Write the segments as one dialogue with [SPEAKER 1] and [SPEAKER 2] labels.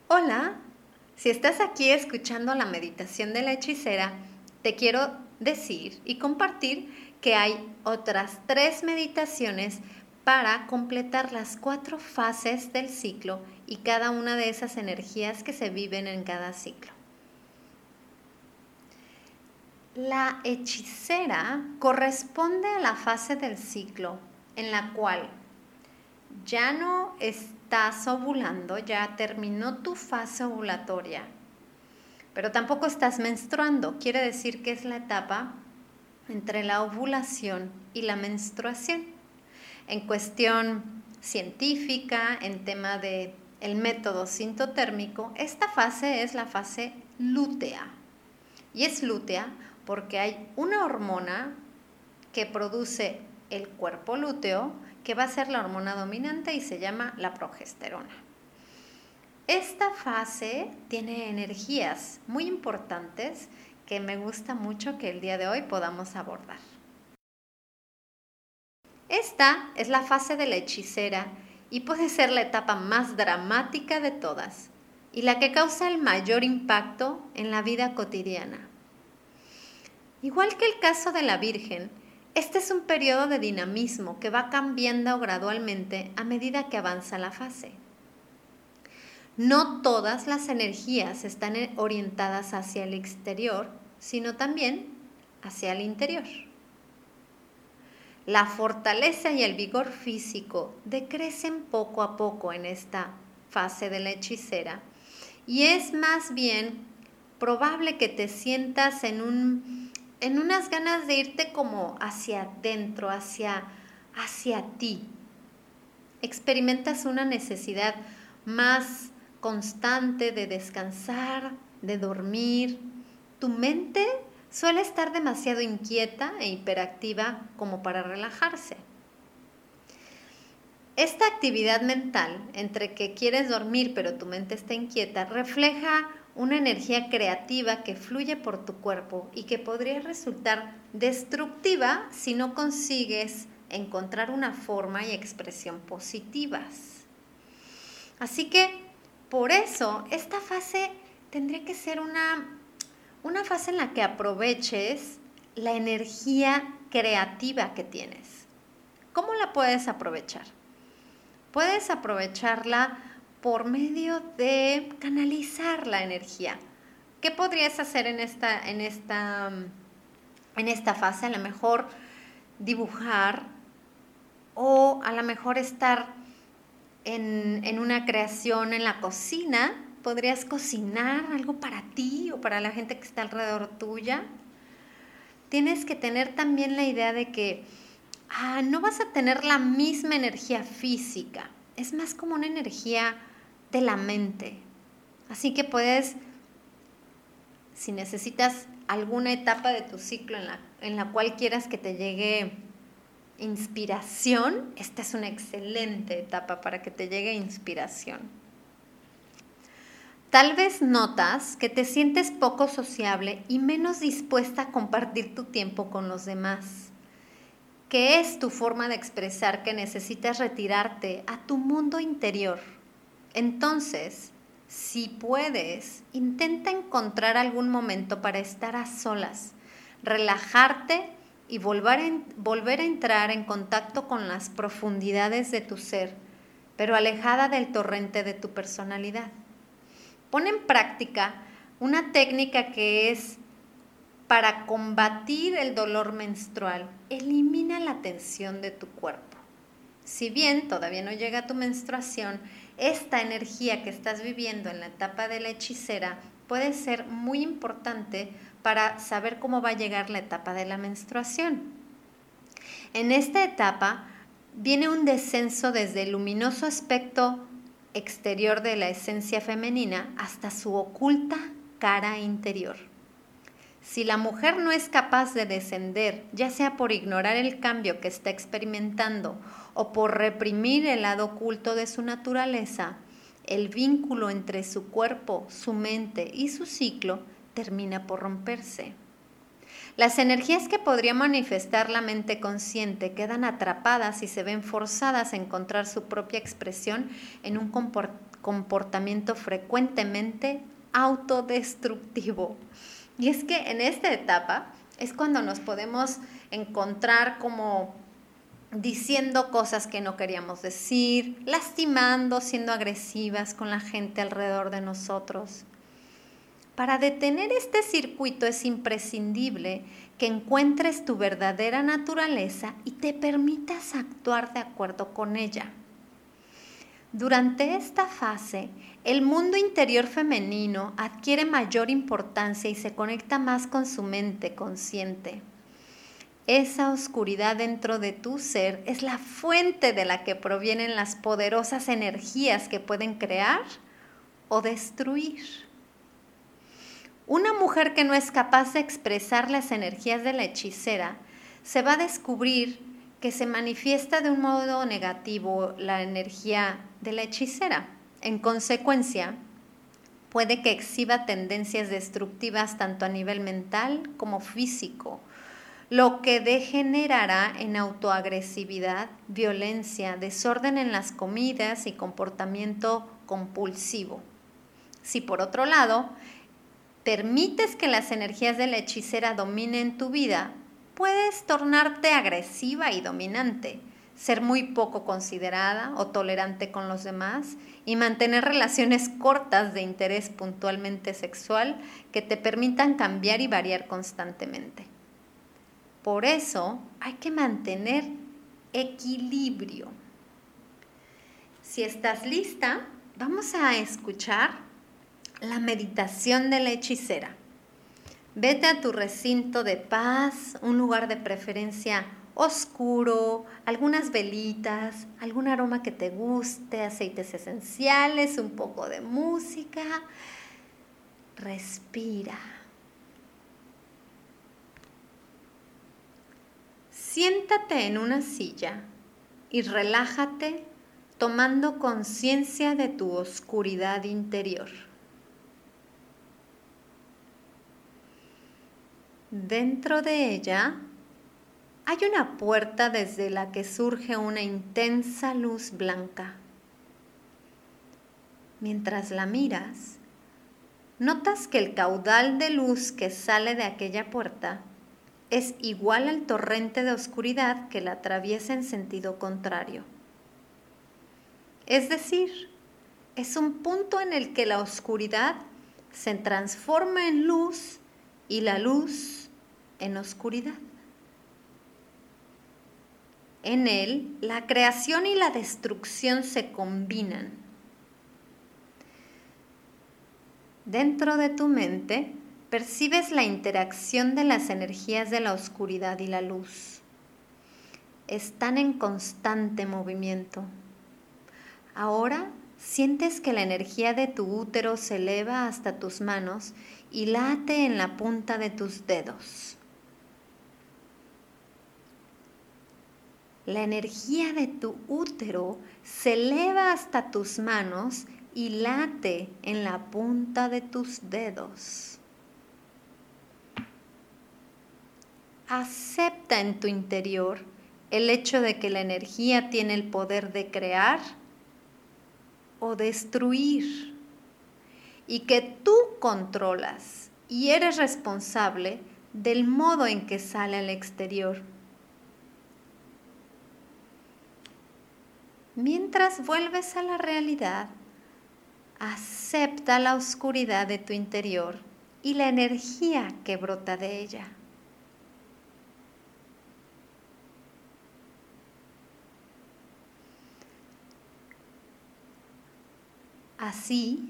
[SPEAKER 1] Hola, si estás aquí escuchando la meditación de la hechicera, te quiero decir y compartir que hay otras 3 meditaciones para completar las 4 fases del ciclo y cada una de esas energías que se viven en cada ciclo. La hechicera corresponde a la fase del ciclo en la cual ya no estás ovulando, ya terminó tu fase ovulatoria, pero tampoco estás menstruando. Quiere decir que es la etapa entre la ovulación y la menstruación. En cuestión científica, en tema de el método sintotérmico, esta fase es la fase lútea. Y es lútea porque hay una hormona que produce el cuerpo lúteo, que va a ser la hormona dominante y se llama la progesterona. Esta fase tiene energías muy importantes que me gusta mucho que el día de hoy podamos abordar. Esta es la fase de la hechicera y puede ser la etapa más dramática de todas y la que causa el mayor impacto en la vida cotidiana. Igual que el caso de la Virgen, este es un periodo de dinamismo que va cambiando gradualmente a medida que avanza la fase. No todas las energías están orientadas hacia el exterior, sino también hacia el interior. La fortaleza y el vigor físico decrecen poco a poco en esta fase de la hechicera y es más bien probable que te sientas en unas ganas de irte como hacia adentro, hacia ti. Experimentas una necesidad más constante de descansar, de dormir. Tu mente suele estar demasiado inquieta e hiperactiva como para relajarse. Esta actividad mental, entre que quieres dormir pero tu mente está inquieta, refleja una energía creativa que fluye por tu cuerpo y que podría resultar destructiva si no consigues encontrar una forma y expresión positivas. Así que, por eso, esta fase tendría que ser una fase en la que aproveches la energía creativa que tienes. ¿Cómo la puedes aprovechar? Puedes aprovecharla por medio de canalizar la energía. ¿Qué podrías hacer en esta fase? A lo mejor dibujar o a lo mejor estar en una creación en la cocina. Podrías cocinar algo para ti o para la gente que está alrededor tuya. Tienes que tener también la idea de que no vas a tener la misma energía física. Es más como una energía de la mente. Así que puedes, si necesitas alguna etapa de tu ciclo en la cual quieras que te llegue inspiración, esta es una excelente etapa para que te llegue inspiración. Tal vez notas que te sientes poco sociable y menos dispuesta a compartir tu tiempo con los demás. ¿Qué es tu forma de expresar que necesitas retirarte a tu mundo interior? Entonces, si puedes, intenta encontrar algún momento para estar a solas, relajarte y volver a entrar en contacto con las profundidades de tu ser, pero alejada del torrente de tu personalidad. Pon en práctica una técnica que es para combatir el dolor menstrual. Elimina la tensión de tu cuerpo. Si bien todavía no llega tu menstruación, esta energía que estás viviendo en la etapa de la hechicera puede ser muy importante para saber cómo va a llegar la etapa de la menstruación. En esta etapa viene un descenso desde el luminoso aspecto exterior de la esencia femenina hasta su oculta cara interior. Si la mujer no es capaz de descender, ya sea por ignorar el cambio que está experimentando o por reprimir el lado oculto de su naturaleza, el vínculo entre su cuerpo, su mente y su ciclo termina por romperse. Las energías que podría manifestar la mente consciente quedan atrapadas y se ven forzadas a encontrar su propia expresión en un comportamiento frecuentemente autodestructivo. Y es que en esta etapa es cuando nos podemos encontrar como diciendo cosas que no queríamos decir, lastimando, siendo agresivas con la gente alrededor de nosotros. Para detener este circuito es imprescindible que encuentres tu verdadera naturaleza y te permitas actuar de acuerdo con ella. Durante esta fase, el mundo interior femenino adquiere mayor importancia y se conecta más con su mente consciente. Esa oscuridad dentro de tu ser es la fuente de la que provienen las poderosas energías que pueden crear o destruir. Una mujer que no es capaz de expresar las energías de la hechicera se va a descubrir que se manifiesta de un modo negativo la energía de la hechicera. En consecuencia, puede que exhiba tendencias destructivas tanto a nivel mental como físico, lo que degenerará en autoagresividad, violencia, desorden en las comidas y comportamiento compulsivo. Si por otro lado, permites que las energías de la hechicera dominen tu vida, puedes tornarte agresiva y dominante, ser muy poco considerada o tolerante con los demás y mantener relaciones cortas de interés puntualmente sexual que te permitan cambiar y variar constantemente. Por eso hay que mantener equilibrio. Si estás lista, vamos a escuchar la meditación de la hechicera. Vete a tu recinto de paz, un lugar de preferencia oscuro, algunas velitas, algún aroma que te guste, aceites esenciales, un poco de música. Respira. Siéntate en una silla y relájate tomando conciencia de tu oscuridad interior. Dentro de ella hay una puerta desde la que surge una intensa luz blanca. Mientras la miras, notas que el caudal de luz que sale de aquella puerta es igual al torrente de oscuridad que la atraviesa en sentido contrario. Es decir, es un punto en el que la oscuridad se transforma en luz y la luz en oscuridad. En él, la creación y la destrucción se combinan. Dentro de tu mente, percibes la interacción de las energías de la oscuridad y la luz. Están en constante movimiento. Ahora sientes que la energía de tu útero se eleva hasta tus manos y late en la punta de tus dedos. La energía de tu útero se eleva hasta tus manos y late en la punta de tus dedos. Acepta en tu interior el hecho de que la energía tiene el poder de crear o destruir y que tú controlas y eres responsable del modo en que sale al exterior. Mientras vuelves a la realidad, acepta la oscuridad de tu interior y la energía que brota de ella. Así,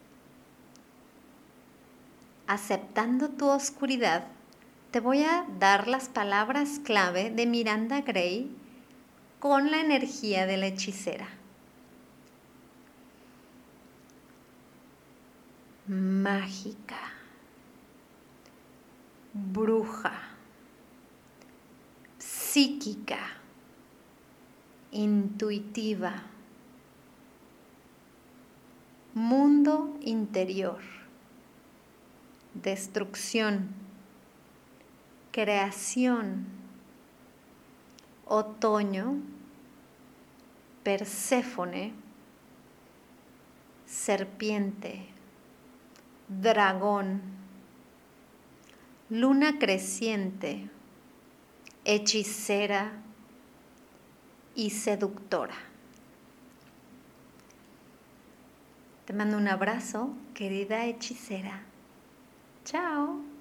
[SPEAKER 1] aceptando tu oscuridad, te voy a dar las palabras clave de Miranda Gray con la energía de la hechicera. Mágica, bruja, psíquica, intuitiva, mundo interior, destrucción, creación, otoño, Perséfone, serpiente, dragón, luna creciente, hechicera y seductora. Te mando un abrazo, querida hechicera. Chao.